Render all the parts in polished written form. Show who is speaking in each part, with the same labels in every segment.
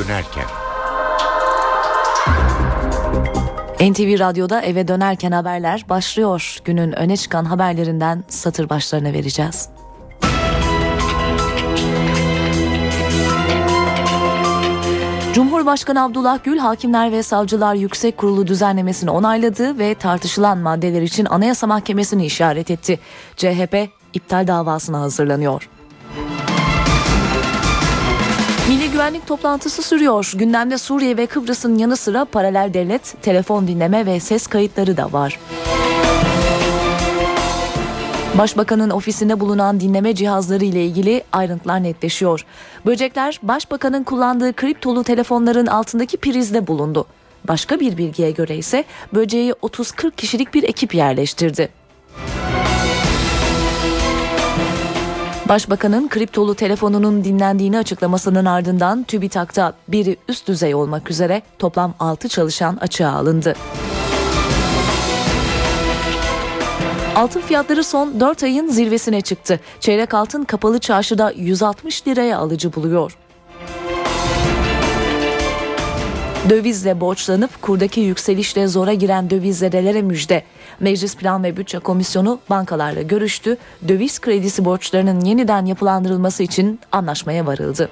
Speaker 1: dönerken.
Speaker 2: NTV Radyo'da eve dönerken haberler başlıyor. Günün öne çıkan haberlerinden satır başlarına vereceğiz. Cumhurbaşkanı Abdullah Gül, Hakimler ve Savcılar Yüksek Kurulu düzenlemesini onayladı ve tartışılan maddeler için Anayasa Mahkemesi'ni işaret etti. CHP iptal davasına hazırlanıyor. Milli güvenlik toplantısı sürüyor. Gündemde Suriye ve Kıbrıs'ın yanı sıra paralel devlet, telefon dinleme ve ses kayıtları da var. Başbakanın ofisinde bulunan dinleme cihazları ile ilgili ayrıntılar netleşiyor. Böcekler Başbakanın kullandığı kriptolu telefonların altındaki prizde bulundu. Başka bir bilgiye göre ise böceği 30-40 kişilik bir ekip yerleştirdi. Başbakanın kriptolu telefonunun dinlendiğini açıklamasının ardından TÜBİTAK'ta biri üst düzey olmak üzere toplam 6 çalışan açığa alındı. Altın fiyatları son 4 ayın zirvesine çıktı. Çeyrek altın kapalı çarşıda 160 liraya alıcı buluyor. Dövizle borçlanıp kurdaki yükselişle zora giren dövizlere müjde. Meclis Plan ve Bütçe Komisyonu bankalarla görüştü. Döviz kredisi borçlarının yeniden yapılandırılması için anlaşmaya varıldı.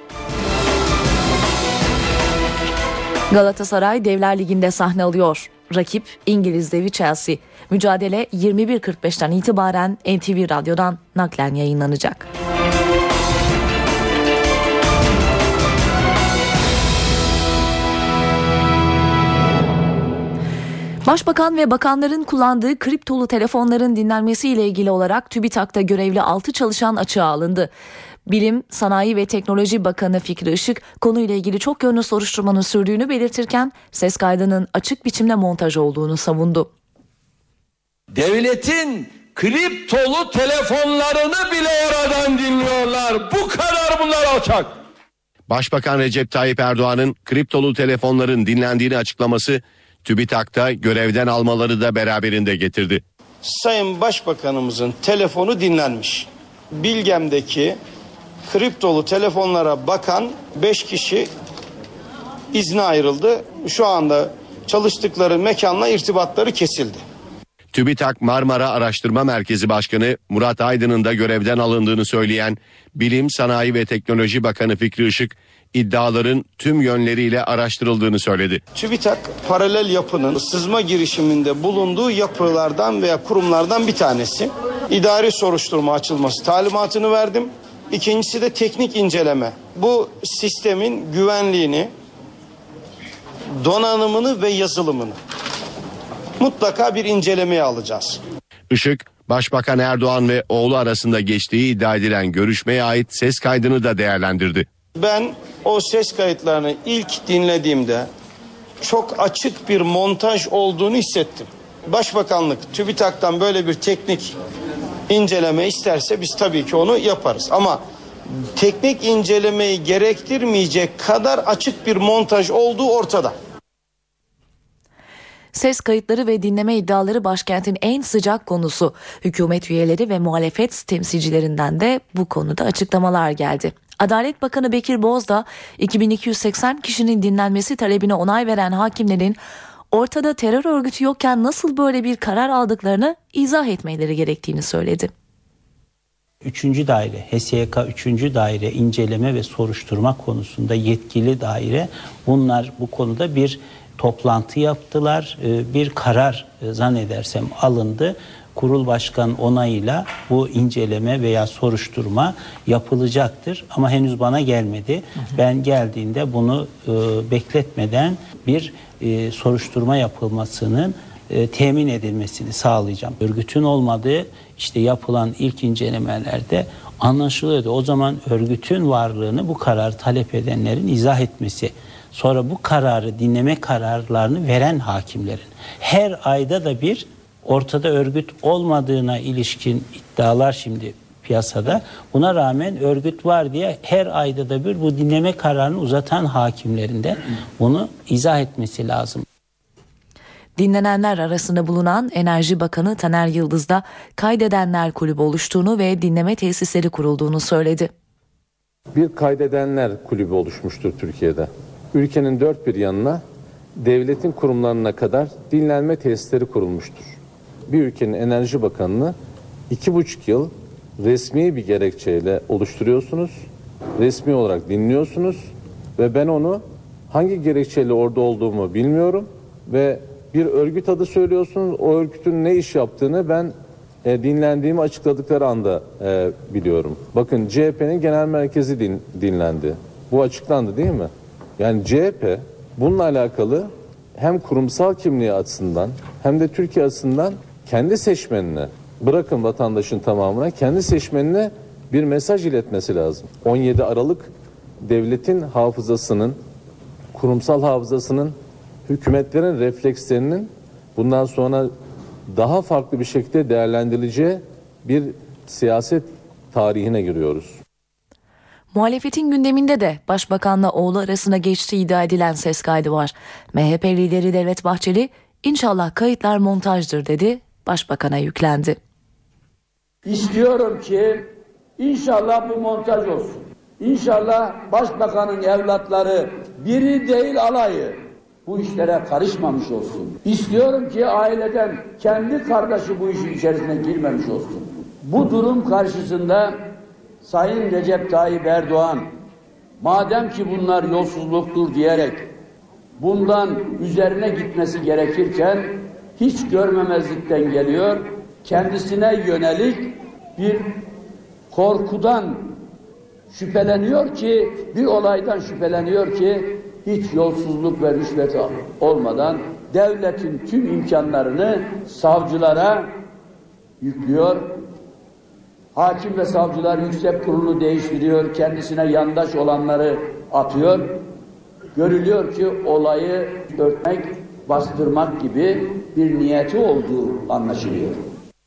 Speaker 2: Galatasaray Devler Ligi'nde sahne alıyor. Rakip İngiliz devi Chelsea. Mücadele 21.45'ten itibaren NTV Radyo'dan naklen yayınlanacak. Başbakan ve bakanların kullandığı kriptolu telefonların dinlenmesiyle ilgili olarak TÜBİTAK'ta görevli 6 çalışan açığa alındı. Bilim, Sanayi ve Teknoloji Bakanı Fikri Işık konuyla ilgili çok yönlü soruşturmanın sürdüğünü belirtirken ses kaydının açık biçimde montaj olduğunu savundu.
Speaker 3: Devletin kriptolu telefonlarını bile oradan dinliyorlar. Bu kadar bunlar alçak.
Speaker 4: Başbakan Recep Tayyip Erdoğan'ın kriptolu telefonların dinlendiğini açıklaması TÜBİTAK'ta görevden almaları da beraberinde getirdi.
Speaker 5: Sayın Başbakanımızın telefonu dinlenmiş. Bilgem'deki kriptolu telefonlara bakan 5 kişi izne ayrıldı. Şu anda çalıştıkları mekanla irtibatları kesildi.
Speaker 4: TÜBİTAK Marmara Araştırma Merkezi Başkanı Murat Aydın'ın da görevden alındığını söyleyen Bilim, Sanayi ve Teknoloji Bakanı Fikri Işık, iddiaların tüm yönleriyle araştırıldığını söyledi.
Speaker 5: TÜBİTAK paralel yapının sızma girişiminde bulunduğu yapılardan veya kurumlardan bir tanesi. İdari soruşturma açılması talimatını verdim. İkincisi de teknik inceleme. Bu sistemin güvenliğini, donanımını ve yazılımını mutlaka bir incelemeye alacağız.
Speaker 4: Işık, Başbakan Erdoğan ve oğlu arasında geçtiği iddia edilen görüşmeye ait ses kaydını da değerlendirdi.
Speaker 5: Ben o ses kayıtlarını ilk dinlediğimde çok açık bir montaj olduğunu hissettim. Başbakanlık TÜBİTAK'tan böyle bir teknik inceleme isterse biz tabii ki onu yaparız. Ama teknik incelemeyi gerektirmeyecek kadar açık bir montaj olduğu ortada.
Speaker 2: Ses kayıtları ve dinleme iddiaları başkentin en sıcak konusu. Hükümet üyeleri ve muhalefet temsilcilerinden de bu konuda açıklamalar geldi. Adalet Bakanı Bekir Bozdağ, 2280 kişinin dinlenmesi talebine onay veren hakimlerin ortada terör örgütü yokken nasıl böyle bir karar aldıklarını izah etmeleri gerektiğini söyledi.
Speaker 6: 3. daire, HSYK 3. daire inceleme ve soruşturma konusunda yetkili daire, bunlar bu konuda bir toplantı yaptılar. Bir karar zannedersem alındı. Kurul başkan onayıyla bu inceleme veya soruşturma yapılacaktır. Ama henüz bana gelmedi. Ben geldiğinde bunu bekletmeden bir soruşturma yapılmasının temin edilmesini sağlayacağım. Örgütün olmadığı işte yapılan ilk incelemelerde anlaşılıyordu. O zaman örgütün varlığını bu kararı talep edenlerin izah etmesi, sonra bu kararı dinleme kararlarını veren hakimlerin her ayda da bir ortada örgüt olmadığına ilişkin iddialar şimdi piyasada. Buna rağmen örgüt var diye her ayda da bir bu dinleme kararını uzatan hakimlerin de bunu izah etmesi lazım.
Speaker 2: Dinlenenler arasında bulunan Enerji Bakanı Taner Yıldız da kaydedenler kulübü oluştuğunu ve dinleme tesisleri kurulduğunu söyledi.
Speaker 7: Bir kaydedenler kulübü oluşmuştur Türkiye'de.
Speaker 1: ülkenin dört bir yanına, devletin kurumlarına kadar dinlenme tesisleri kurulmuştur. Bir ülkenin Enerji Bakanı'nı 2,5 yıl resmi bir gerekçeyle oluşturuyorsunuz, resmi olarak dinliyorsunuz ve ben onu hangi gerekçeyle orada olduğumu bilmiyorum ve bir örgüt adı söylüyorsunuz. O örgütün ne iş yaptığını ben dinlendiğimi açıkladıkları anda biliyorum. Bakın, CHP'nin genel merkezi dinlendi. Bu açıklandı değil mi? Yani CHP bununla alakalı hem kurumsal kimliği açısından hem de Türkiye açısından kendi seçmenine, bırakın vatandaşın tamamına, kendi seçmenine bir mesaj iletmesi lazım. 17 Aralık devletin hafızasının, kurumsal hafızasının, hükümetlerin reflekslerinin bundan sonra daha farklı bir şekilde değerlendirileceği bir siyaset tarihine giriyoruz.
Speaker 2: Muhalefetin gündeminde de Başbakan'la oğlu arasında geçtiği iddia edilen ses kaydı var. MHP lideri Devlet Bahçeli, "İnşallah kayıtlar montajdır" dedi, Başbakan'a yüklendi.
Speaker 7: İstiyorum ki inşallah bu montaj olsun. İnşallah Başbakan'ın evlatları, biri değil alayı, bu işlere karışmamış olsun. İstiyorum ki aileden kendi kardeşi bu işin içerisine girmemiş olsun. Bu durum karşısında Sayın Recep Tayyip Erdoğan, madem ki bunlar yolsuzluktur diyerek bundan üzerine gitmesi gerekirken hiç görmemezlikten geliyor. Kendisine yönelik bir korkudan şüpheleniyor ki, bir olaydan şüpheleniyor ki hiç yolsuzluk ve rüşvet olmadan devletin tüm imkanlarını savcılara yüklüyor. Hakim ve savcılar yüksek kurulunu değiştiriyor, kendisine yandaş olanları atıyor. Görülüyor ki olayı örtmek, bastırmak gibi bir niyeti olduğu anlaşılıyor.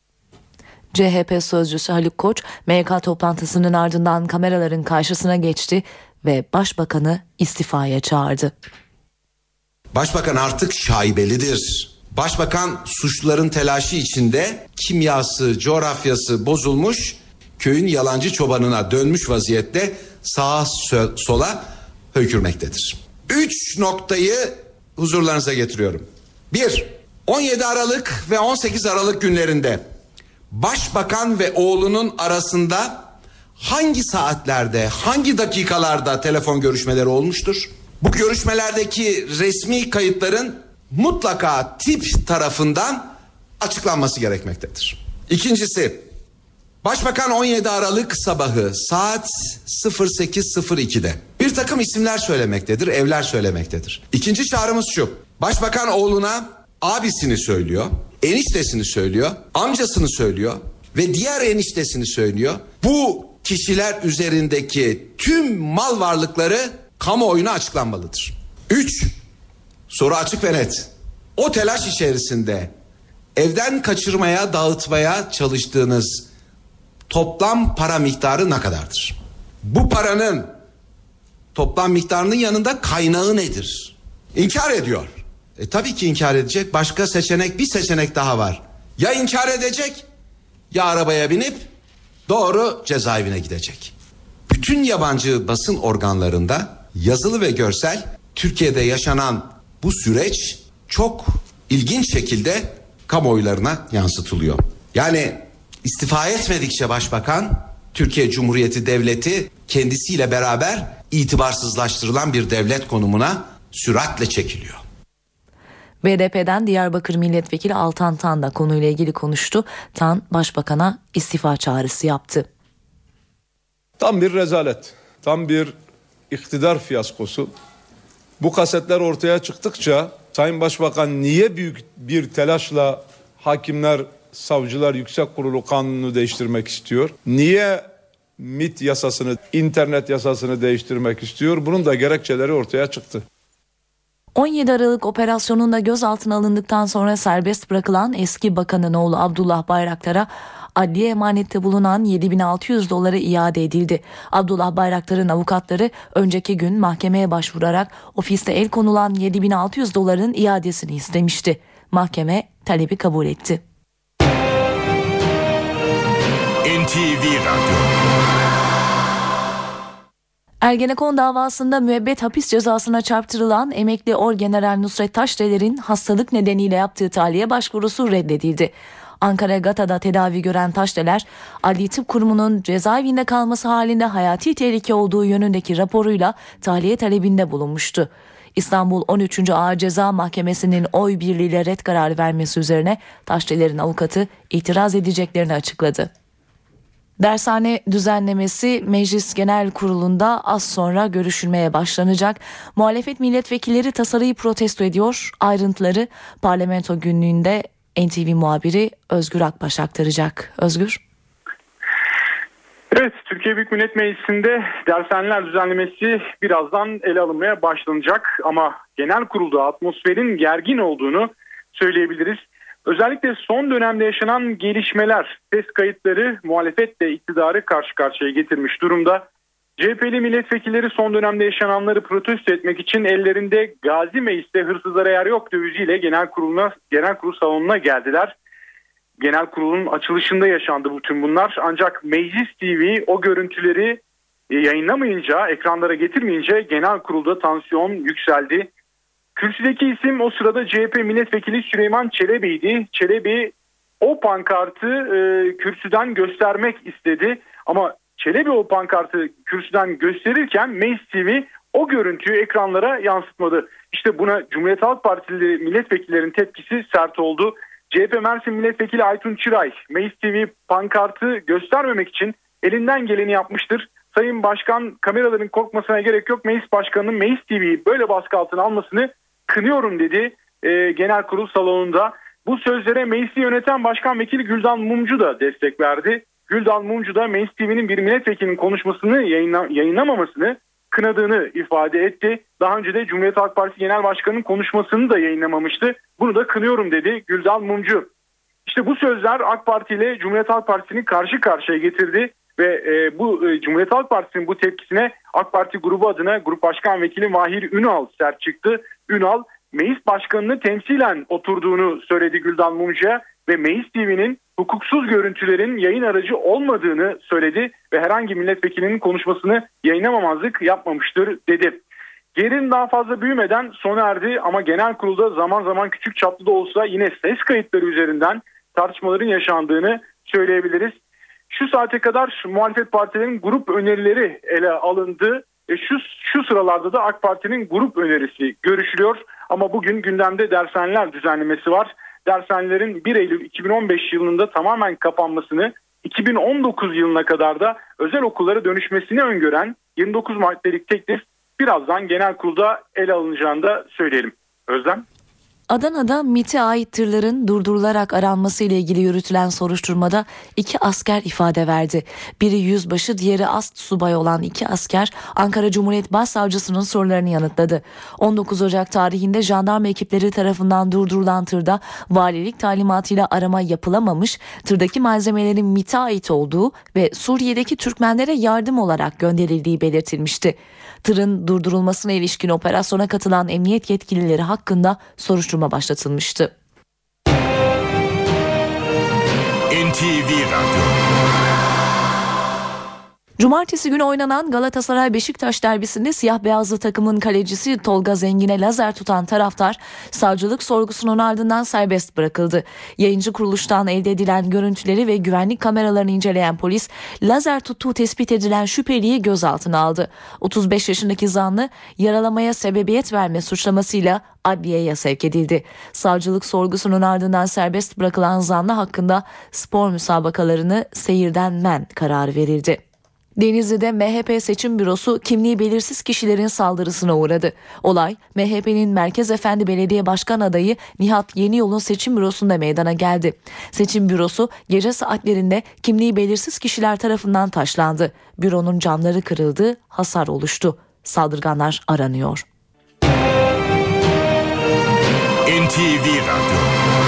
Speaker 2: CHP sözcüsü Haluk Koç, MYK toplantısının ardından kameraların karşısına geçti ve Başbakan'ı istifaya çağırdı.
Speaker 8: Başbakan artık şaibelidir. Başbakan suçluların telaşı içinde kimyası, coğrafyası bozulmuş, köyün yalancı çobanına dönmüş vaziyette sağa sola hökürmektedir. 3 noktayı huzurlarınıza getiriyorum. 1. 17 Aralık ve 18 Aralık günlerinde Başbakan ve oğlunun arasında hangi saatlerde, hangi dakikalarda telefon görüşmeleri olmuştur? Bu görüşmelerdeki resmi kayıtların mutlaka tip tarafından açıklanması gerekmektedir. İkincisi, Başbakan 17 Aralık sabahı saat 08.02'de bir takım isimler söylemektedir, evler söylemektedir. İkinci çağrımız şu: Başbakan oğluna abisini söylüyor, eniştesini söylüyor, amcasını söylüyor ve diğer eniştesini söylüyor. Bu kişiler üzerindeki tüm mal varlıkları kamuoyuna açıklanmalıdır. 3. Soru açık ve net. O telaş içerisinde evden kaçırmaya, dağıtmaya çalıştığınız toplam para miktarı ne kadardır? Bu paranın toplam miktarının yanında kaynağı nedir? İnkar ediyor. Tabii ki inkar edecek. Başka bir seçenek daha var. Ya inkar edecek ya arabaya binip doğru cezaevine gidecek. Bütün yabancı basın organlarında yazılı ve görsel Türkiye'de yaşanan bu süreç çok ilginç şekilde kamuoylarına yansıtılıyor. Yani istifa etmedikçe başbakan, Türkiye Cumhuriyeti Devleti kendisiyle beraber itibarsızlaştırılan bir devlet konumuna süratle çekiliyor.
Speaker 2: BDP'den Diyarbakır Milletvekili Altan Tan da konuyla ilgili konuştu. Tan, Başbakan'a istifa çağrısı yaptı.
Speaker 3: Tam bir rezalet, tam bir iktidar fiyaskosu. Bu kasetler ortaya çıktıkça Sayın Başbakan niye büyük bir telaşla hakimler, savcılar, yüksek kurulu kanunu değiştirmek istiyor? Niye MİT yasasını, internet yasasını değiştirmek istiyor? Bunun da gerekçeleri ortaya çıktı.
Speaker 2: 17 Aralık operasyonunda gözaltına alındıktan sonra serbest bırakılan eski bakanın oğlu Abdullah Bayraktar'a adliye emanette bulunan $7.600 iade edildi. Abdullah Bayraktar'ın avukatları önceki gün mahkemeye başvurarak ofiste el konulan $7.600'ın iadesini istemişti. Mahkeme talebi kabul etti.
Speaker 9: NTV Radyo.
Speaker 2: Ergenekon davasında müebbet hapis cezasına çarptırılan emekli Orgeneral Nusret Taşdeler'in hastalık nedeniyle yaptığı tahliye başvurusu reddedildi. Ankara Gata'da tedavi gören Taşdeler, Adli Tıp Kurumu'nun cezaevinde kalması halinde hayati tehlike olduğu yönündeki raporuyla tahliye talebinde bulunmuştu. İstanbul 13. Ağır Ceza Mahkemesi'nin oy birliğiyle red kararı vermesi üzerine Taşdeler'in avukatı itiraz edeceklerini açıkladı. Dershane düzenlemesi Meclis Genel Kurulu'nda az sonra görüşülmeye başlanacak. Muhalefet milletvekilleri tasarıyı protesto ediyor. Ayrıntıları Parlamento Günlüğü'nde NTV muhabiri Özgür Akbaş aktaracak. Özgür.
Speaker 9: Evet, Türkiye Büyük Millet Meclisi'nde dershaneler düzenlemesi birazdan ele alınmaya başlanacak. Ama genel kurulda atmosferin gergin olduğunu söyleyebiliriz. Özellikle son dönemde yaşanan gelişmeler, ses kayıtları muhalefetle iktidarı karşı karşıya getirmiş durumda. CHP'li milletvekilleri son dönemde yaşananları protesto etmek için ellerinde Gazi Meclis'te hırsızlara yer yok dövizciyle genel kurul salonuna geldiler. Genel kurulun açılışında yaşandı bütün bunlar. Ancak Meclis TV o görüntüleri yayınlamayınca, ekranlara getirmeyince genel kurulda tansiyon yükseldi. Kürsüdeki isim o sırada CHP milletvekili Süleyman Çelebi'ydi. Çelebi o pankartı kürsüden göstermek istedi. Ama Çelebi o pankartı kürsüden gösterirken Meclis TV o görüntüyü ekranlara yansıtmadı. İşte buna Cumhuriyet Halk Partili milletvekillerin tepkisi sert oldu. CHP Mersin Milletvekili Aytun Çıray, Meclis TV pankartı göstermemek için elinden geleni yapmıştır. Sayın Başkan, kameraların korkmasına gerek yok. Meclis Başkanı'nın Meclis TV'yi böyle baskı altına almasını kınıyorum dedi genel kurul salonunda. Bu sözlere meclisi yöneten Başkan Vekili Güldan Mumcu da destek verdi. Güldan Mumcu da Meclis TV'nin bir milletvekilinin konuşmasını yayınlamamasını kınadığını ifade etti. Daha önce de Cumhuriyet Halk Partisi Genel Başkanı'nın konuşmasını da yayınlamamıştı. Bunu da kınıyorum dedi Güldan Mumcu. İşte bu sözler AK Parti ile Cumhuriyet Halk Partisi'ni karşı karşıya getirdi. Ve bu Cumhuriyet Halk Partisi'nin bu tepkisine AK Parti grubu adına Grup Başkan Vekili Mahir Ünal sert çıktı. Ünal, Meclis Başkanı'nı temsilen oturduğunu söyledi Güldan Mumcu'ya ve Meclis TV'nin hukuksuz görüntülerin yayın aracı olmadığını söyledi ve herhangi milletvekilinin konuşmasını yayınlamamazlık yapmamıştır dedi. Gerilim daha fazla büyümeden sona erdi ama genel kurulda zaman zaman küçük çaplı da olsa yine ses kayıtları üzerinden tartışmaların yaşandığını söyleyebiliriz. Şu saate kadar muhalefet partilerinin grup önerileri ele alındı. Şu sıralarda da AK Parti'nin grup önerisi görüşülüyor. Ama bugün gündemde dershaneler düzenlemesi var. Dershanelerin 1 Eylül 2015 yılında tamamen kapanmasını, 2019 yılına kadar da özel okullara dönüşmesini öngören 29 maddelik teklif birazdan genel kurulda ele alınacağını da söyleyelim. Özlem?
Speaker 2: Adana'da MİT'e ait tırların durdurularak aranması ile ilgili yürütülen soruşturmada 2 asker ifade verdi. Biri yüzbaşı, diğeri astsubay olan 2 asker Ankara Cumhuriyet Başsavcısının sorularını yanıtladı. 19 Ocak tarihinde jandarma ekipleri tarafından durdurulan tırda valilik talimatıyla arama yapılamamış, tırdaki malzemelerin MİT'e ait olduğu ve Suriye'deki Türkmenlere yardım olarak gönderildiği belirtilmişti. Tırın durdurulmasına ilişkin operasyona katılan emniyet yetkilileri hakkında soruşturma başlatılmıştı.
Speaker 10: NTV Radyo.
Speaker 2: Cumartesi günü oynanan Galatasaray-Beşiktaş derbisinde siyah beyazlı takımın kalecisi Tolga Zengin'e lazer tutan taraftar savcılık sorgusunun ardından serbest bırakıldı. Yayıncı kuruluştan elde edilen görüntüleri ve güvenlik kameralarını inceleyen polis lazer tuttuğu tespit edilen şüpheliyi gözaltına aldı. 35 yaşındaki zanlı yaralamaya sebebiyet verme suçlamasıyla adliyeye sevk edildi. Savcılık sorgusunun ardından serbest bırakılan zanlı hakkında spor müsabakalarını seyirden men kararı verildi. Denizli'de MHP seçim bürosu kimliği belirsiz kişilerin saldırısına uğradı. Olay MHP'nin Merkez Efendi Belediye Başkan adayı Nihat Yeniyol'un seçim bürosunda meydana geldi. Seçim bürosu gece saatlerinde kimliği belirsiz kişiler tarafından taşlandı. Büronun camları kırıldı, hasar oluştu. Saldırganlar aranıyor.
Speaker 10: NTV Radyo.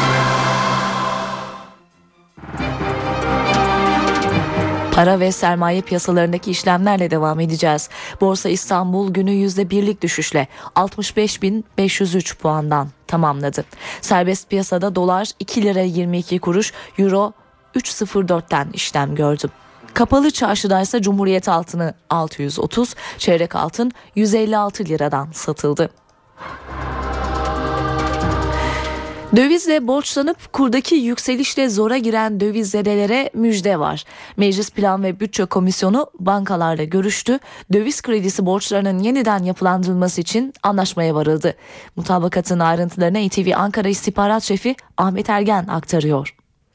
Speaker 2: Para ve sermaye piyasalarındaki işlemlerle devam edeceğiz. Borsa İstanbul günü %1'lik düşüşle 65.503 puandan tamamladı. Serbest piyasada dolar 2 lira 22 kuruş, euro 3.04'ten işlem gördü. Kapalı çarşıda ise Cumhuriyet altını 630, çeyrek altın 156 liradan satıldı. Dövizle borçlanıp kurdaki yükselişle zora giren dövizzedelere müjde var. Meclis Plan ve Bütçe Komisyonu bankalarla görüştü. Döviz kredisi borçlarının yeniden yapılandırılması için anlaşmaya varıldı. Mutabakatın ayrıntılarını NTV Ankara İstihbarat Şefi Ahmet Ergen aktarıyor.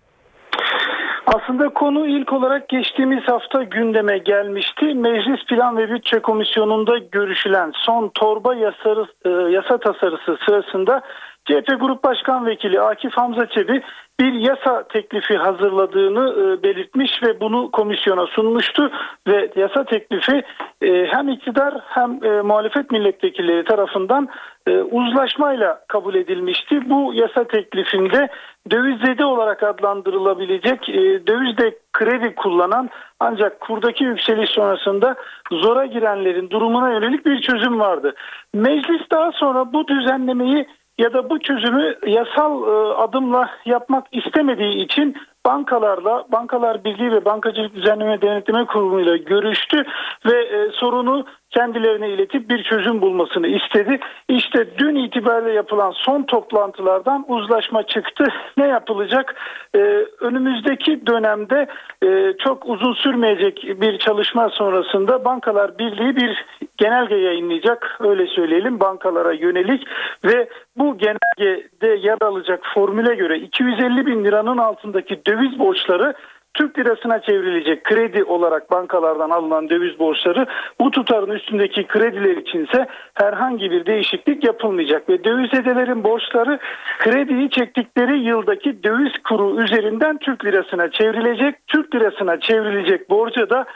Speaker 11: Aslında konu ilk olarak geçtiğimiz hafta gündeme gelmişti. Meclis Plan ve Bütçe Komisyonu'nda görüşülen son torba yasa tasarısı sırasında CHP Grup Başkan Vekili Akif Hamza Çebi bir yasa teklifi hazırladığını belirtmiş ve bunu komisyona sunmuştu ve yasa teklifi hem iktidar hem muhalefet milletvekilleri tarafından uzlaşmayla kabul edilmişti. Bu yasa teklifinde dövizzede olarak adlandırılabilecek dövizde kredi kullanan ancak kurdaki yükseliş sonrasında zora girenlerin durumuna yönelik bir çözüm vardı. Meclis daha sonra bu düzenlemeyi ya da bu çözümü yasal adımla yapmak istemediği için Bankalar Birliği ve Bankacılık Düzenleme Denetleme Kurumu'yla görüştü ve sorunu kendilerine iletip bir çözüm bulmasını istedi. İşte dün itibariyle yapılan son toplantılardan uzlaşma çıktı. Ne yapılacak? Önümüzdeki dönemde çok uzun sürmeyecek bir çalışma sonrasında Bankalar Birliği bir genelge yayınlayacak, öyle söyleyelim, bankalara yönelik ve bu genelgede yer alacak formüle göre 250 bin liranın altındaki döviz borçları Türk lirasına çevrilecek. Kredi olarak bankalardan alınan döviz borçları, bu tutarın üstündeki krediler içinse herhangi bir değişiklik yapılmayacak ve dövizedelerin borçları krediyi çektikleri yıldaki döviz kuru üzerinden Türk lirasına çevrilecek. Türk lirasına çevrilecek borca da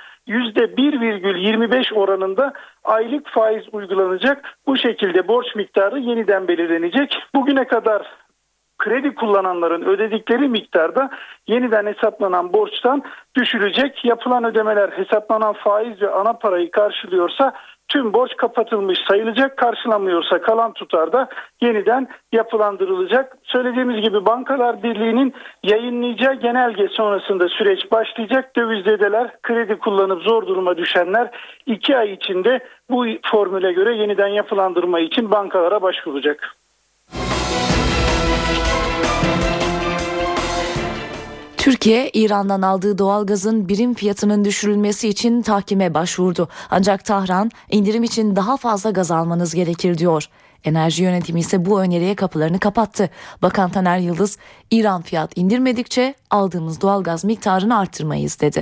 Speaker 11: %1,25 oranında aylık faiz uygulanacak. Bu şekilde borç miktarı yeniden belirlenecek. Bugüne kadar kredi kullananların ödedikleri miktarda yeniden hesaplanan borçtan düşülecek. Yapılan ödemeler hesaplanan faiz ve ana parayı karşılıyorsa tüm borç kapatılmış sayılacak. Karşılamıyorsa kalan tutar da yeniden yapılandırılacak. Söylediğimiz gibi Bankalar Birliği'nin yayınlayacağı genelge sonrasında süreç başlayacak. Dövizdedeler, kredi kullanıp zor duruma düşenler 2 ay içinde bu formüle göre yeniden yapılandırma için bankalara başvuracak.
Speaker 2: Türkiye, İran'dan aldığı doğalgazın birim fiyatının düşürülmesi için tahkime başvurdu. Ancak Tahran, indirim için daha fazla gaz almanız gerekir diyor. Enerji yönetimi ise bu öneriye kapılarını kapattı. Bakan Taner Yıldız, İran fiyat indirmedikçe aldığımız doğalgaz miktarını arttırmayız dedi.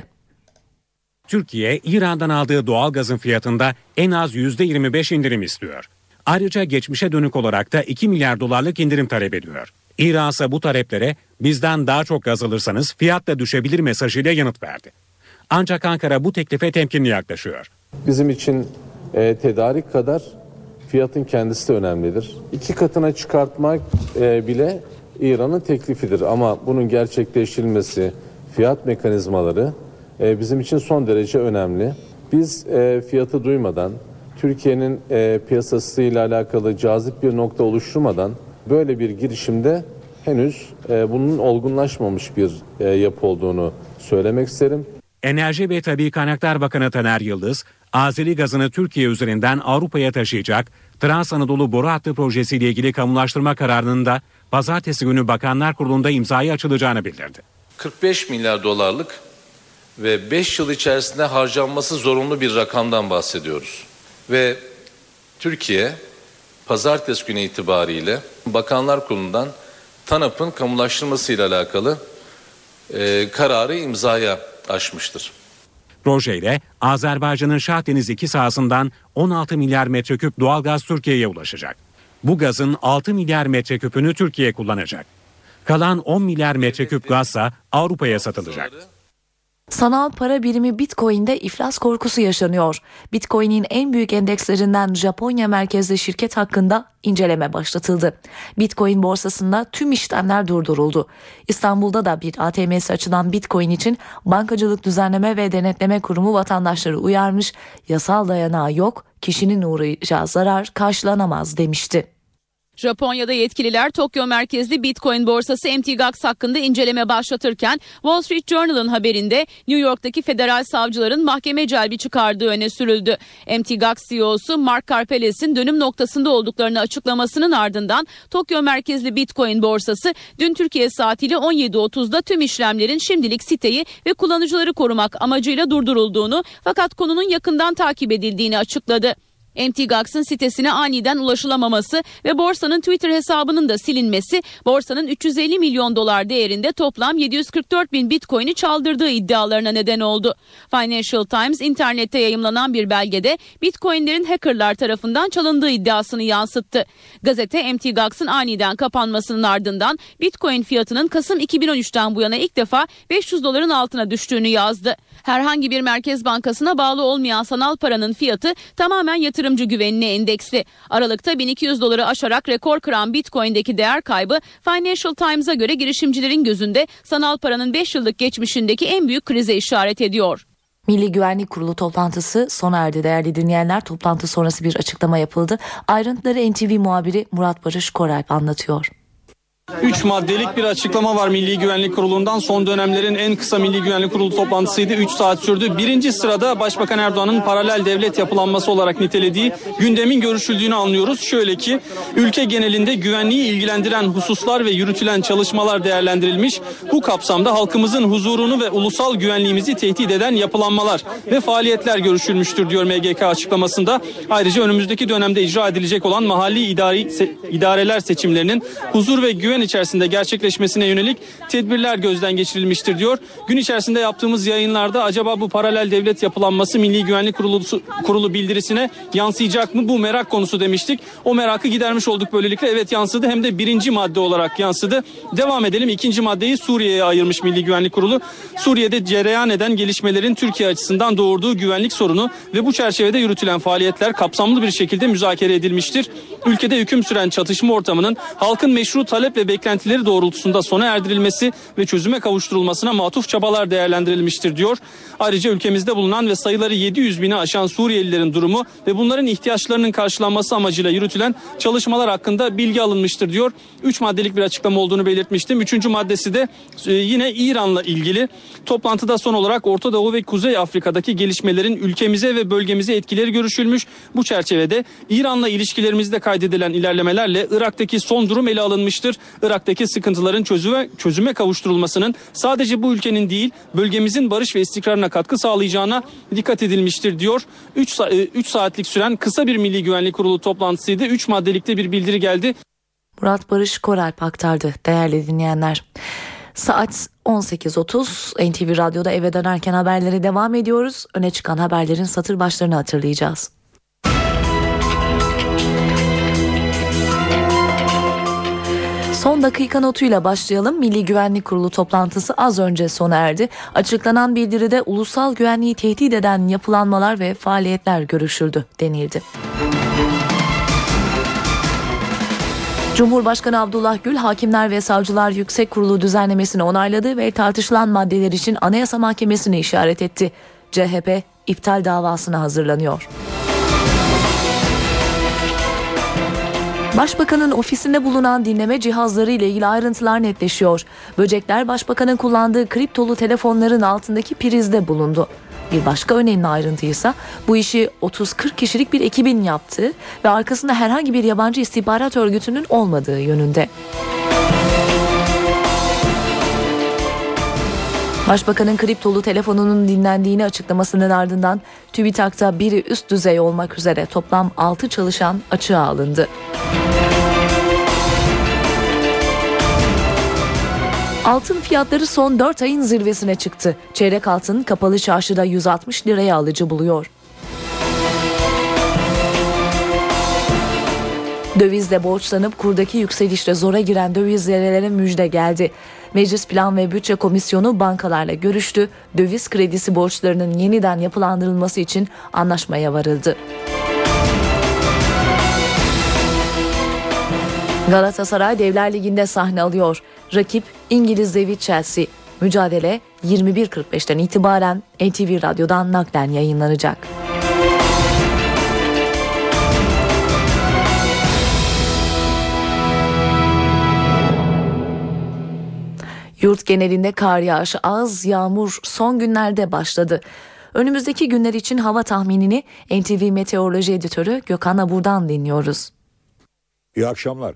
Speaker 12: Türkiye, İran'dan aldığı doğalgazın fiyatında en az %25 indirim istiyor. Ayrıca geçmişe dönük olarak da 2 milyar dolarlık indirim talep ediyor. İran ise bu taleplere bizden daha çok gaz alırsanız fiyat da düşebilir mesajıyla yanıt verdi. Ancak Ankara bu teklife temkinli yaklaşıyor.
Speaker 1: Bizim için tedarik kadar fiyatın kendisi de önemlidir. 2 katına çıkartmak bile İran'ın teklifidir ama bunun gerçekleştirilmesi, fiyat mekanizmaları bizim için son derece önemli. Biz fiyatı duymadan, Türkiye'nin piyasasıyla alakalı cazip bir nokta oluşturmadan böyle bir girişimde henüz bunun olgunlaşmamış bir yapı olduğunu söylemek isterim.
Speaker 12: Enerji ve Tabii Kaynaklar Bakanı Taner Yıldız, Azeri gazını Türkiye üzerinden Avrupa'ya taşıyacak Trans Anadolu Boru Hattı projesiyle ilgili kamulaştırma kararının da pazartesi günü Bakanlar Kurulu'nda imzaya açılacağını bildirdi.
Speaker 13: 45 milyar dolarlık ve 5 yıl içerisinde harcanması zorunlu bir rakamdan bahsediyoruz. Ve Türkiye pazartesi günü itibariyle Bakanlar Kurulu'ndan TANAP'ın kamulaştırmasıyla alakalı kararı imzaya açmıştır.
Speaker 12: Projeyle Azerbaycan'ın Şah Deniz 2 sahasından 16 milyar metreküp doğalgaz Türkiye'ye ulaşacak. Bu gazın 6 milyar metreküpünü Türkiye kullanacak. Kalan 10 milyar metreküp gazsa Avrupa'ya satılacak.
Speaker 2: Sanal para birimi Bitcoin'de iflas korkusu yaşanıyor. Bitcoin'in en büyük endekslerinden Japonya merkezli şirket hakkında inceleme başlatıldı. Bitcoin borsasında tüm işlemler durduruldu. İstanbul'da da bir ATM'si açılan Bitcoin için Bankacılık Düzenleme ve Denetleme Kurumu vatandaşları uyarmış, yasal dayanağı yok, kişinin uğrayacağı zarar karşılanamaz demişti.
Speaker 14: Japonya'da yetkililer Tokyo merkezli Bitcoin borsası MTGOX hakkında inceleme başlatırken Wall Street Journal'ın haberinde New York'taki federal savcıların mahkeme celbi çıkardığı öne sürüldü. MTGOX CEO'su Mark Karpeles'in dönüm noktasında olduklarını açıklamasının ardından Tokyo merkezli Bitcoin borsası dün Türkiye saatiyle 17.30'da tüm işlemlerin şimdilik siteyi ve kullanıcıları korumak amacıyla durdurulduğunu fakat konunun yakından takip edildiğini açıkladı. MTGOX'ın sitesine aniden ulaşılamaması ve borsanın Twitter hesabının da silinmesi borsanın 350 milyon dolar değerinde toplam 744 bin Bitcoin'i çaldırdığı iddialarına neden oldu. Financial Times internette yayımlanan bir belgede Bitcoin'lerin hackerlar tarafından çalındığı iddiasını yansıttı. Gazete MTGOX'ın aniden kapanmasının ardından Bitcoin fiyatının Kasım 2013'ten bu yana ilk defa 500 doların altına düştüğünü yazdı. Herhangi bir merkez bankasına bağlı olmayan sanal paranın fiyatı tamamen yatırımcı güvenine endeksli. Aralıkta 1200 doları aşarak rekor kıran Bitcoin'deki değer kaybı Financial Times'a göre girişimcilerin gözünde sanal paranın 5 yıllık geçmişindeki en büyük krize işaret ediyor.
Speaker 2: Milli Güvenlik Kurulu toplantısı sona erdi değerli dinleyenler. Toplantı sonrası bir açıklama yapıldı. Ayrıntıları NTV muhabiri Murat Barış Koralp anlatıyor.
Speaker 15: 3 maddelik bir açıklama var Milli Güvenlik Kurulu'ndan. Son dönemlerin en kısa Milli Güvenlik Kurulu toplantısıydı. 3 saat sürdü. Birinci sırada Başbakan Erdoğan'ın paralel devlet yapılanması olarak nitelediği gündemin görüşüldüğünü anlıyoruz. Şöyle ki ülke genelinde güvenliği ilgilendiren hususlar ve yürütülen çalışmalar değerlendirilmiş. Bu kapsamda halkımızın huzurunu ve ulusal güvenliğimizi tehdit eden yapılanmalar ve faaliyetler görüşülmüştür diyor MGK açıklamasında. Ayrıca önümüzdeki dönemde icra edilecek olan mahalli idareler seçimlerinin huzur ve güven içerisinde gerçekleşmesine yönelik tedbirler gözden geçirilmiştir diyor. Gün içerisinde yaptığımız yayınlarda acaba bu paralel devlet yapılanması Milli Güvenlik Kurulu bildirisine yansıyacak mı? Bu merak konusu demiştik. O merakı gidermiş olduk böylelikle. Evet yansıdı, hem de birinci madde olarak yansıdı. Devam edelim. İkinci maddeyi Suriye'ye ayırmış Milli Güvenlik Kurulu. Suriye'de cereyan eden gelişmelerin Türkiye açısından doğurduğu güvenlik sorunu ve bu çerçevede yürütülen faaliyetler kapsamlı bir şekilde müzakere edilmiştir. Ülkede hüküm süren çatışma ortamının halkın meşru talep ve beklentileri doğrultusunda sona erdirilmesi ve çözüme kavuşturulmasına matuf çabalar değerlendirilmiştir diyor. Ayrıca ülkemizde bulunan ve sayıları 700 bini aşan Suriyelilerin durumu ve bunların ihtiyaçlarının karşılanması amacıyla yürütülen çalışmalar hakkında bilgi alınmıştır diyor. 3 maddelik bir açıklama olduğunu belirtmiştim. 3. maddesi de yine İran'la ilgili. Toplantıda son olarak Orta Doğu ve Kuzey Afrika'daki gelişmelerin ülkemize ve bölgemize etkileri görüşülmüş. Bu çerçevede İran'la ilişkilerimizde kaydedilen ilerlemelerle Irak'taki son durum ele alınmıştır. Irak'taki sıkıntıların çözüme kavuşturulmasının sadece bu ülkenin değil, bölgemizin barış ve istikrarına katkı sağlayacağına dikkat edilmiştir diyor. 3 saatlik süren kısa bir Milli Güvenlik Kurulu toplantısıydı. 3 maddelikte bir bildiri geldi.
Speaker 2: Murat Barış Koralp aktardı değerli dinleyenler. Saat 18.30 NTV Radyo'da eve dönerken haberlere devam ediyoruz. Öne çıkan haberlerin satır başlarını hatırlayacağız. Son dakika notuyla başlayalım. Milli Güvenlik Kurulu toplantısı az önce sona erdi. Açıklanan bildiride ulusal güvenliği tehdit eden yapılanmalar ve faaliyetler görüşüldü denildi. Cumhurbaşkanı Abdullah Gül, Hakimler ve Savcılar Yüksek Kurulu düzenlemesini onayladı ve tartışılan maddeler için Anayasa Mahkemesi'ne işaret etti. CHP iptal davasına hazırlanıyor. Başbakanın ofisinde bulunan dinleme cihazları ile ilgili ayrıntılar netleşiyor. Böcekler Başbakanın kullandığı kriptolu telefonların altındaki prizde bulundu. Bir başka önemli ayrıntı ise bu işi 30-40 kişilik bir ekibin yaptığı ve arkasında herhangi bir yabancı istihbarat örgütünün olmadığı yönünde. Başbakanın kriptolu telefonunun dinlendiğini açıklamasının ardından TÜBİTAK'ta biri üst düzey olmak üzere toplam 6 çalışan açığa alındı. Altın fiyatları son 4 ayın zirvesine çıktı. Çeyrek altın kapalı çarşıda 160 liraya alıcı buluyor. Dövizle borçlanıp kurdaki yükselişle zora giren dövizlere müjde geldi. Meclis Plan ve Bütçe Komisyonu bankalarla görüştü. Döviz kredisi borçlarının yeniden yapılandırılması için anlaşmaya varıldı. Galatasaray Devler Ligi'nde sahne alıyor. Rakip İngiliz devi Chelsea. Mücadele 21.45'ten itibaren NTV Radyo'dan naklen yayınlanacak. Yurt genelinde kar yağışı az, yağmur son günlerde başladı. Önümüzdeki günler için hava tahminini NTV Meteoroloji Editörü Gökhan Abur'dan dinliyoruz.
Speaker 16: İyi akşamlar.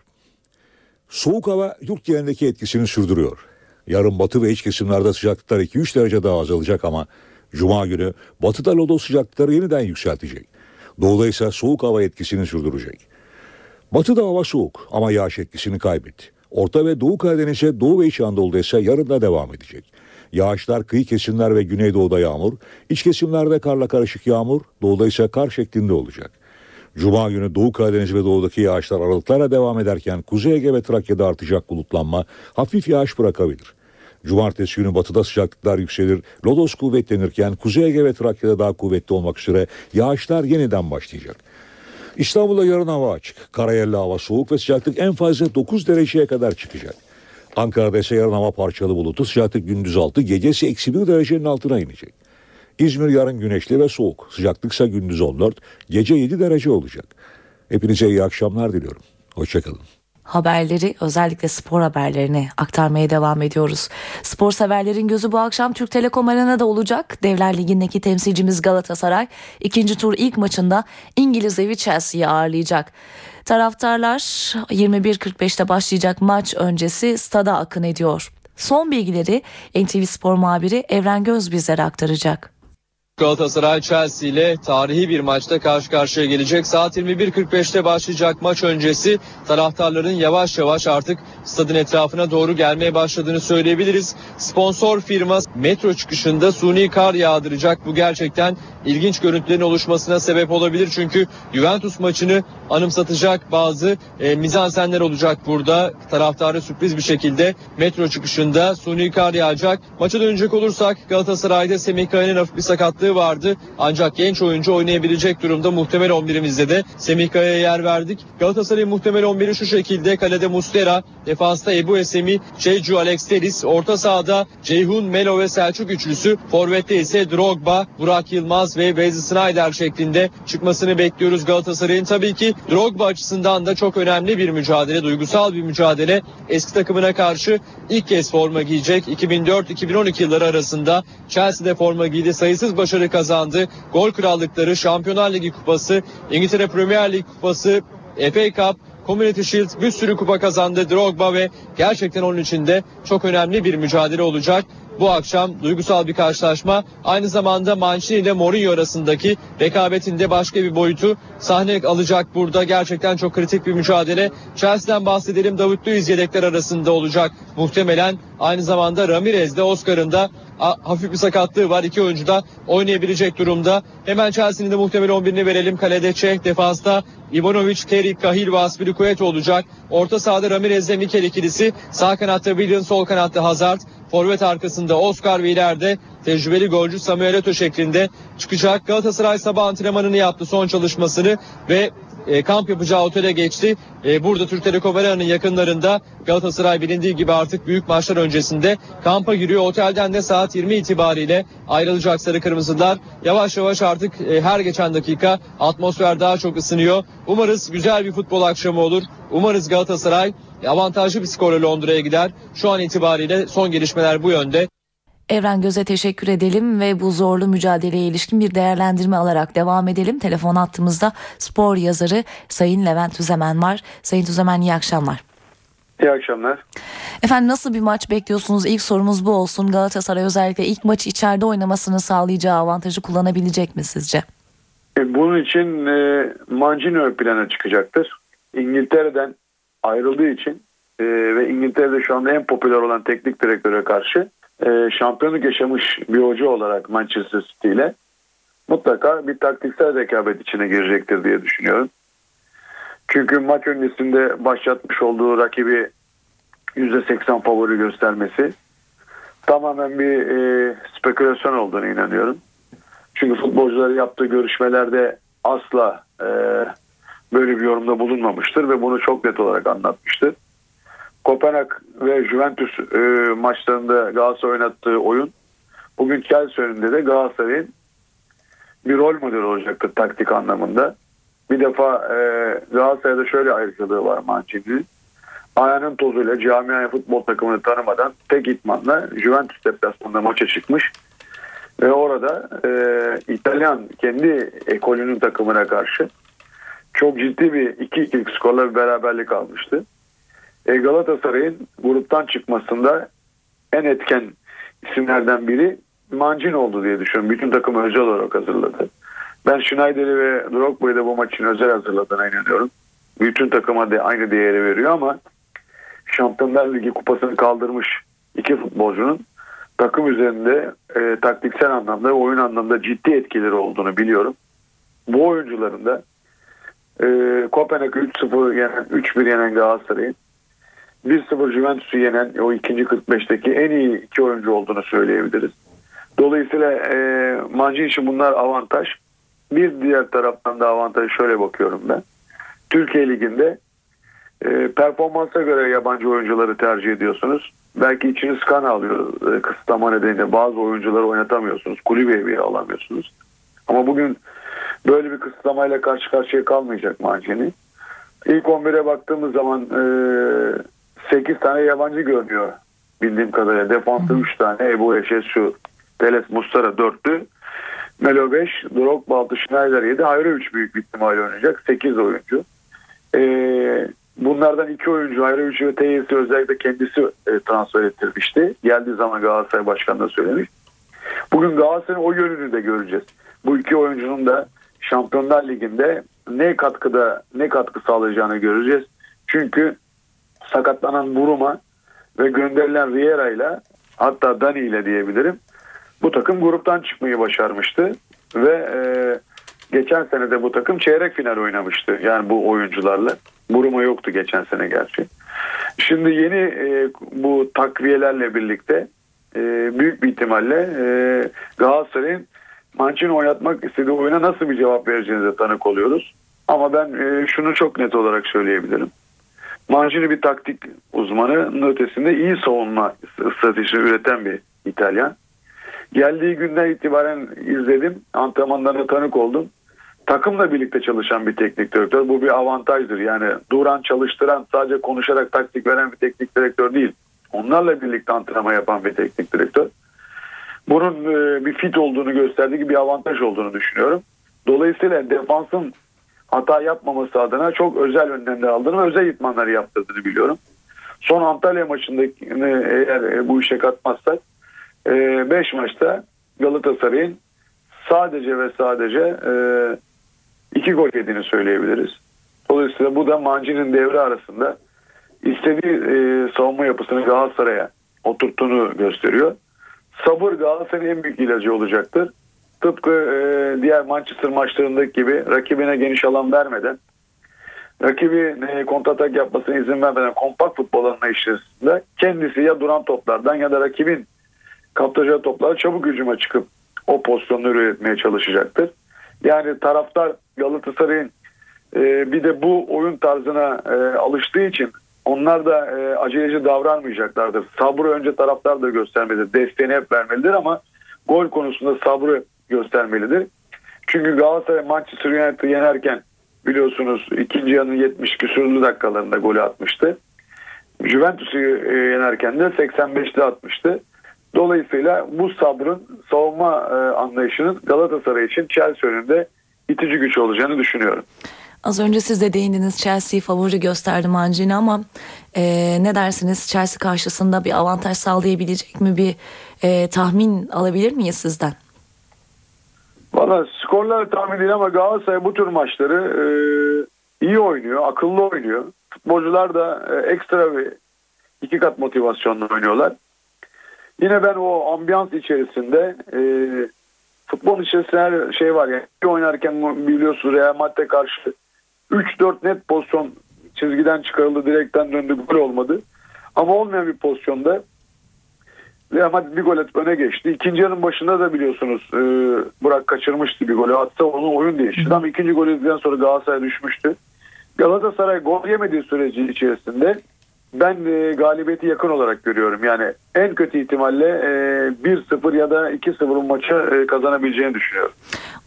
Speaker 16: Soğuk hava yurt genelindeki etkisini sürdürüyor. Yarın batı ve iç kesimlerde sıcaklıklar 2-3 derece daha azalacak ama Cuma günü batıda lodos sıcaklıkları yeniden yükseltecek. Doğuda ise soğuk hava etkisini sürdürecek. Batıda hava soğuk ama yağış etkisini kaybetti. Orta ve Doğu Karadeniz'e, Doğu ve İç Anadolu'da ise yarın da devam edecek. Yağışlar kıyı kesimler ve güneydoğuda yağmur, iç kesimlerde karla karışık yağmur, doğuda ise kar şeklinde olacak. Cuma günü Doğu Karadeniz ve doğudaki yağışlar aralıklarla devam ederken Kuzey Ege ve Trakya'da artacak bulutlanma hafif yağış bırakabilir. Cumartesi günü batıda sıcaklıklar yükselir, lodos kuvvetlenirken Kuzey Ege ve Trakya'da daha kuvvetli olmak üzere yağışlar yeniden başlayacak. İstanbul'da yarın hava açık, karayelli hava soğuk ve sıcaklık en fazla 9 dereceye kadar çıkacak. Ankara'da ise yarın hava parçalı bulutlu, sıcaklık gündüz 6, gecesi -1 derecenin altına inecek. İzmir yarın güneşli ve soğuk, sıcaklıksa gündüz 14, gece 7 derece olacak. Hepinize iyi akşamlar diliyorum. Hoşçakalın.
Speaker 2: Haberleri, özellikle spor haberlerini aktarmaya devam ediyoruz. Spor severlerin gözü bu akşam Türk Telekom Arena'da olacak. Devler Ligi'ndeki temsilcimiz Galatasaray ikinci tur ilk maçında İngiliz evi Chelsea'yi ağırlayacak. Taraftarlar 21.45'te başlayacak maç öncesi stada akın ediyor. Son bilgileri NTV Spor muhabiri Evren Göz bizlere aktaracak.
Speaker 17: Galatasaray Chelsea ile tarihi bir maçta karşı karşıya gelecek. Saat 21.45'te başlayacak maç öncesi taraftarların yavaş yavaş artık stadın etrafına doğru gelmeye başladığını söyleyebiliriz. Sponsor firma metro çıkışında suni kar yağdıracak. Bu gerçekten ilginç görüntülerin oluşmasına sebep olabilir. Çünkü Juventus maçını anımsatacak bazı mizansenler olacak burada. Taraftarı sürpriz bir şekilde metro çıkışında suni kar yağacak. Maça dönecek olursak Galatasaray'da Semih Kaya'nın hafif bir sakatlığı vardı. Ancak genç oyuncu oynayabilecek durumda. Muhtemel 11'imizde de Semih Kaya'ya yer verdik. Galatasaray'ın muhtemel 11'i şu şekilde: kalede Muslera, defansta Ebu Esemi, Çeycu, Alex Telles, orta sahada Ceyhun, Melo ve Selçuk üçlüsü, forvette ise Drogba, Burak Yılmaz ve Wesley Sneijder şeklinde çıkmasını bekliyoruz Galatasaray'ın. Tabii ki Drogba açısından da çok önemli bir mücadele, duygusal bir mücadele. Eski takımına karşı ilk kez forma giyecek. 2004-2012 yılları arasında Chelsea'de forma giydi. Sayısız başarı kazandı. Gol krallıkları, Şampiyonlar Ligi kupası, İngiltere Premier Lig kupası, FA Cup, Community Shield, bir sürü kupa kazandı Drogba ve gerçekten onun için de çok önemli bir mücadele olacak. Bu akşam duygusal bir karşılaşma. Aynı zamanda Mancini ile Mourinho arasındaki rekabetinde başka bir boyutu sahne alacak burada. Gerçekten çok kritik bir mücadele. Chelsea'den bahsedelim. David Luiz yedekler arasında olacak muhtemelen. Aynı zamanda Ramirez de Oscar'ın da hafif bir sakatlığı var. İki oyuncu da oynayabilecek durumda. Hemen Chelsea'nin de muhtemel 11'ini verelim. Kalede Çeh, defansta Ivanovic, Terry, Cahill ve Azpilicueta olacak. Orta sahada Ramirez ile Mikel ikilisi. Sağ kanatta Willian, sol kanatta Hazard. Forvet arkasında Oscar ve ileride tecrübeli golcü Samuel Eto'o şeklinde çıkacak. Galatasaray sabah antrenmanını yaptı, son çalışmasını ve kamp yapacağı otele geçti. Burada Türk Telekom Arena'nın yakınlarında. Galatasaray bilindiği gibi artık büyük maçlar öncesinde kampa giriyor. Otelden de saat 20 itibariyle ayrılacak sarı kırmızılar. Yavaş yavaş artık her geçen dakika atmosfer daha çok ısınıyor. Umarız güzel bir futbol akşamı olur. Umarız Galatasaray avantajlı bir skorla Londra'ya gider. Şu an itibariyle son gelişmeler bu yönde.
Speaker 2: Evren Göz'e teşekkür edelim ve bu zorlu mücadeleye ilişkin bir değerlendirme alarak devam edelim. Telefon hattımızda spor yazarı Sayın Levent Tüzemen var. Sayın Tüzemen, iyi akşamlar.
Speaker 18: İyi akşamlar.
Speaker 2: Efendim, nasıl bir maç bekliyorsunuz? İlk sorumuz bu olsun. Galatasaray özellikle ilk maçı içeride oynamasını sağlayacağı avantajı kullanabilecek mi sizce?
Speaker 18: Bunun için Mancini ön plana çıkacaktır. İngiltere'den ayrıldığı için ve İngiltere'de şu anda en popüler olan teknik direktöre karşı şampiyonluk yaşamış bir hoca olarak Manchester City ile mutlaka bir taktiksel rekabet içine girecektir diye düşünüyorum. Çünkü maç öncesinde başlatmış olduğu rakibi %80 favori göstermesi tamamen bir spekülasyon olduğunu inanıyorum. Çünkü futbolcuları yaptığı görüşmelerde asla böyle bir yorumda bulunmamıştır ve bunu çok net olarak anlatmıştır. Kopenhag ve Juventus maçlarında Galatasaray oynattığı oyun bugün Chelsea önünde de Galatasaray'ın bir rol modeli olacaktır taktik anlamında. Bir defa Galatasaray'da şöyle ayrıcalığı var Mancini'nin. ayağının tozuyla camia futbol takımını tanımadan tek itmanla Juventus deplasmanında maça çıkmış. Ve orada İtalyan kendi ekolünün takımına karşı çok ciddi bir 2-2'lik skorla bir beraberlik almıştı. Galatasaray'ın gruptan çıkmasında en etken isimlerden biri Mancini oldu diye düşünüyorum. Bütün takımı özel olarak hazırladı. Ben Schneider'i ve Drogba'yı da bu maçın özel hazırladığına inanıyorum. Bütün takıma da aynı değeri veriyor ama Şampiyonlar Ligi kupasını kaldırmış iki futbolcunun takım üzerinde taktiksel anlamda ve oyun anlamda ciddi etkileri olduğunu biliyorum. Bu oyuncuların da Kopenhag'ı 3-0 yenen, 3-1 yenen Galatasaray'ın 1-0 Juventus'u yenen o ikinci 45'teki en iyi iki oyuncu olduğunu söyleyebiliriz. Dolayısıyla Mancini için bunlar avantaj. Bir diğer taraftan da avantajı şöyle bakıyorum ben. Türkiye Ligi'nde performansa göre yabancı oyuncuları tercih ediyorsunuz. Belki içiniz kan alıyor kısıtlama nedeniyle bazı oyuncuları oynatamıyorsunuz. Kulübeye bile alamıyorsunuz. Ama bugün böyle bir kısıtlamayla karşı karşıya kalmayacak Mancini. İlk 11'e baktığımız zaman 8 tane yabancı görünüyor bildiğim kadarıyla. Defansı 3 tane. Ebu Eşesu, Teles, Mustara 4'lü. Melo 5, Drogba 6, Schneider 7. Hayra 3 büyük bir ihtimalle oynayacak. 8 oyuncu. Bunlardan 2 oyuncu Hayra 3 ve Teyes'i özellikle kendisi transfer ettirmişti. Geldiği zaman Galatasaray Başkanı da söylemiş. Bugün Galatasaray'ın o yönünü de göreceğiz. Bu iki oyuncunun da Şampiyonlar Ligi'nde ne katkı sağlayacağını göreceğiz. Çünkü sakatlanan Buruma ve gönderilen Riera ile hatta Dani ile diyebilirim. Bu takım gruptan çıkmayı başarmıştı ve geçen sene de bu takım çeyrek final oynamıştı. Yani bu oyuncularla. Buruma yoktu geçen sene gerçi. Şimdi yeni bu takviyelerle birlikte büyük bir ihtimalle Galatasaray'ın Mancini oynatmak istediği oyuna nasıl bir cevap vereceğinize tanık oluyoruz. Ama ben şunu çok net olarak söyleyebilirim. Mancini bir taktik uzmanının ötesinde iyi savunma stratejisi üreten bir İtalyan. Geldiği günden itibaren izledim. Antrenmanlarına tanık oldum. Takımla birlikte çalışan bir teknik direktör. Bu bir avantajdır. Yani duran, çalıştıran, sadece konuşarak taktik veren bir teknik direktör değil. Onlarla birlikte antrenman yapan bir teknik direktör. Bunun bir fit olduğunu gösterdiği gibi bir avantaj olduğunu düşünüyorum. Dolayısıyla defansın hata yapmaması adına çok özel önlemler aldığını ve özel itmanları yaptırdığını biliyorum. Son Antalya maçındakini eğer bu işe katmazsak 5 maçta Galatasaray'ın sadece ve sadece 2 gol yediğini söyleyebiliriz. Dolayısıyla bu da Mancini'nin devre arasında istediği savunma yapısını Galatasaray'a oturttuğunu gösteriyor. Sabır Galatasaray'ın en büyük ilacı olacaktır. Tıpkı diğer Manchester maçlarındaki gibi rakibine geniş alan vermeden, rakibi kontratak yapmasına izin vermeden kompakt futbol anlayışında kendisi ya duran toplardan ya da rakibin kaptacağı toplara çabuk hücuma çıkıp o pozisyonları üretmeye çalışacaktır. Yani taraftar Galatasaray'ın bir de bu oyun tarzına alıştığı için onlar da aceleci davranmayacaklardır. Sabrı önce taraftar da göstermelidir. Desteğini hep vermelidir ama gol konusunda sabrı göstermelidir. Çünkü Galatasaray Manchester United'ı yenerken biliyorsunuz ikinci yarının 70 küsurlu dakikalarında golü atmıştı. Juventus'u yenerken de 85'te atmıştı. Dolayısıyla bu sabrın savunma anlayışının Galatasaray için Chelsea önünde itici güç olacağını düşünüyorum.
Speaker 2: Az önce siz de değindiniz, Chelsea favori gösterdi Mancini ama ne dersiniz, Chelsea karşısında bir avantaj sağlayabilecek mi, bir tahmin alabilir miyiz sizden?
Speaker 18: Valla skorları tahmin değil ama Galatasaray bu tür maçları iyi oynuyor, akıllı oynuyor. Futbolcular da ekstra bir 2 kat motivasyonla oynuyorlar. Yine ben o ambiyans içerisinde futbol içerisinde her şey var. Yani oynarken biliyorsunuz Real Madrid'e karşı 3-4 net pozisyon çizgiden çıkarıldı, direkten döndü, gol olmadı. Ama olmayan bir pozisyonda Real Madrid bir gol atıp öne geçti. İkinci yarının başında da biliyorsunuz Burak kaçırmıştı bir golü. Atsa onun oyun değişti. Ama ikinci golü izledikten sonra Galatasaray düşmüştü. Galatasaray gol yemediği süreci içerisinde ben galibiyeti yakın olarak görüyorum. Yani en kötü ihtimalle 1-0 ya da 2-0 maçı kazanabileceğini düşünüyorum.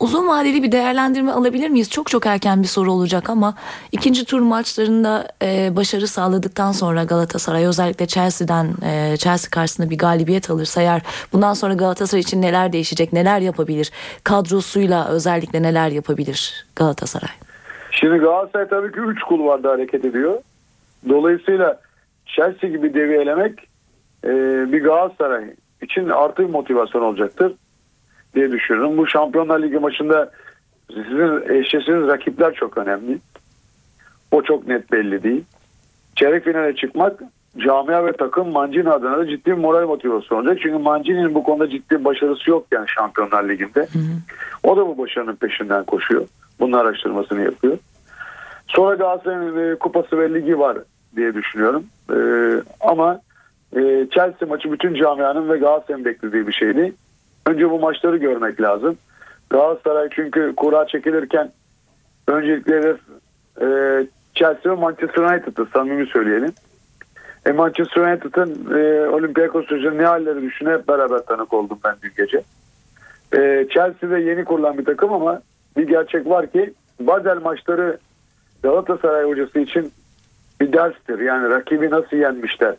Speaker 2: Uzun vadeli bir değerlendirme alabilir miyiz? Çok erken bir soru olacak ama ikinci tur maçlarında başarı sağladıktan sonra Galatasaray özellikle Chelsea karşısında bir galibiyet alırsa eğer bundan sonra Galatasaray için neler değişecek, neler yapabilir? Kadrosuyla özellikle neler yapabilir Galatasaray?
Speaker 18: Şimdi Galatasaray tabii ki 3 kulvarda hareket ediyor. Dolayısıyla Chelsea gibi devi elemek bir Galatasaray için artı bir motivasyon olacaktır diye düşünüyorum. Bu Şampiyonlar Ligi maçında sizin eşleştiğiniz rakipler çok önemli. O çok net belli değil. Çeyrek finale çıkmak camia ve takım Mancini adına da ciddi bir moral motivasyon olacak. Çünkü Mancini'nin bu konuda ciddi bir başarısı yok yani Şampiyonlar Ligi'nde. O da bu başarının peşinden koşuyor. Bunun araştırmasını yapıyor. Sonra Galatasaray'ın kupası ve ligi var diye düşünüyorum. Ama Chelsea maçı bütün camianın ve Galatasaray'ın beklediği bir şeydi. Önce bu maçları görmek lazım. Galatasaray çünkü kura çekilirken öncelikle hedef Chelsea ve Manchester United'ı samimi söyleyelim. Manchester United'ın Olympiakos sürecinde ne halleri düşüne hep beraber tanık oldum ben dün gece. Chelsea de yeni kurulan bir takım ama bir gerçek var ki Basel maçları Galatasaray hocası için bir derstir. Yani rakibi nasıl yenmişler.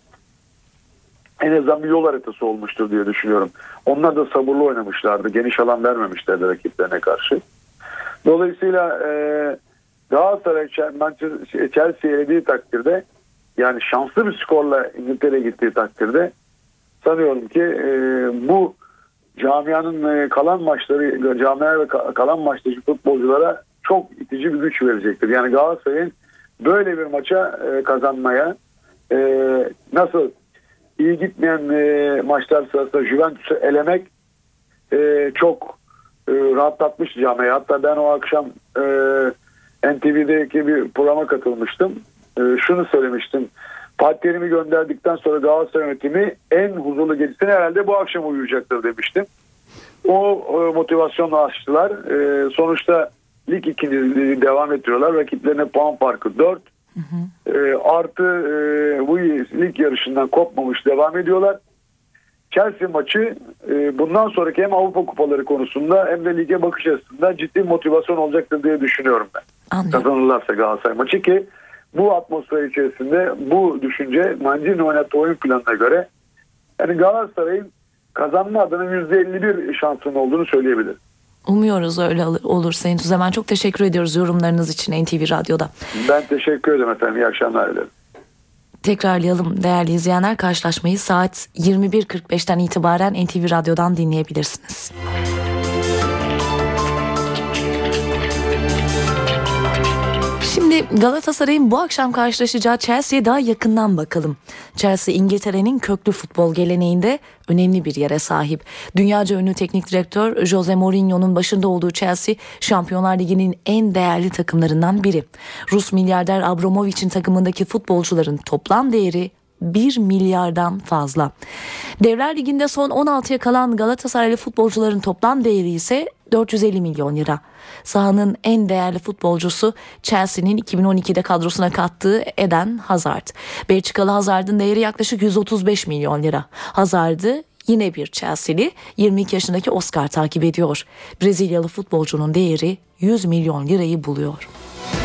Speaker 18: En azından bir yol haritası olmuştur diye düşünüyorum. Onlar da sabırlı oynamışlardı. Geniş alan vermemişlerdi rakiplerine karşı. Dolayısıyla Galatasaray Chelsea'ye elediği takdirde yani şanslı bir skorla İngiltere'ye gittiği takdirde sanıyorum ki bu camianın kalan maçları, camia ve kalan maçtaki futbolculara çok itici bir güç verecektir. Yani Galatasaray'ın böyle bir maça kazanmaya nasıl iyi gitmeyen maçlar sırasında Juventus'u elemek çok rahatlatmış camiayı. Hatta ben o akşam NTV'deki bir programa katılmıştım. Şunu söylemiştim. Fatih Terim'i gönderdikten sonra Galatasaray yönetimi en huzurlu gecesine herhalde bu akşam uyuyacaktır demiştim. O motivasyonla açtılar. Sonuçta lig ikinciliği devam ettiriyorlar. Rakiplerine puan farkı 4. Artı bu lig yarışından kopmamış devam ediyorlar. Chelsea maçı bundan sonraki hem Avrupa kupaları konusunda hem de lige bakış açısından ciddi motivasyon olacaktır diye düşünüyorum ben.
Speaker 2: Anladım.
Speaker 18: Kazanırlarsa Galatasaray maçı ki bu atmosfer içerisinde bu düşünce Mancini oynattığı oyun planına göre yani Galatasaray'ın kazanma adına %51 şansının olduğunu söyleyebilirim.
Speaker 2: Umuyoruz öyle olur Sayın Tüzemen. Çok teşekkür ediyoruz yorumlarınız için NTV Radyo'da.
Speaker 18: Ben teşekkür ederim efendim. İyi akşamlar dilerim.
Speaker 2: Tekrarlayalım değerli izleyenler, karşılaşmayı saat 21.45'ten itibaren NTV Radyo'dan dinleyebilirsiniz. Şimdi Galatasaray'ın bu akşam karşılaşacağı Chelsea'ye daha yakından bakalım. Chelsea İngiltere'nin köklü futbol geleneğinde önemli bir yere sahip. Dünyaca ünlü teknik direktör Jose Mourinho'nun başında olduğu Chelsea, Şampiyonlar Ligi'nin en değerli takımlarından biri. Rus milyarder Abramovich'in takımındaki futbolcuların toplam değeri 1 milyardan fazla. Devler Ligi'nde son 16'ya kalan Galatasaraylı futbolcuların toplam değeri ise 450 milyon lira. Sahanın en değerli futbolcusu Chelsea'nin 2012'de kadrosuna kattığı Eden Hazard. Belçikalı Hazard'ın değeri yaklaşık 135 milyon lira. Hazard'ı yine bir Chelsea'li 22 yaşındaki Oscar takip ediyor. Brezilyalı futbolcunun değeri 100 milyon lirayı buluyor.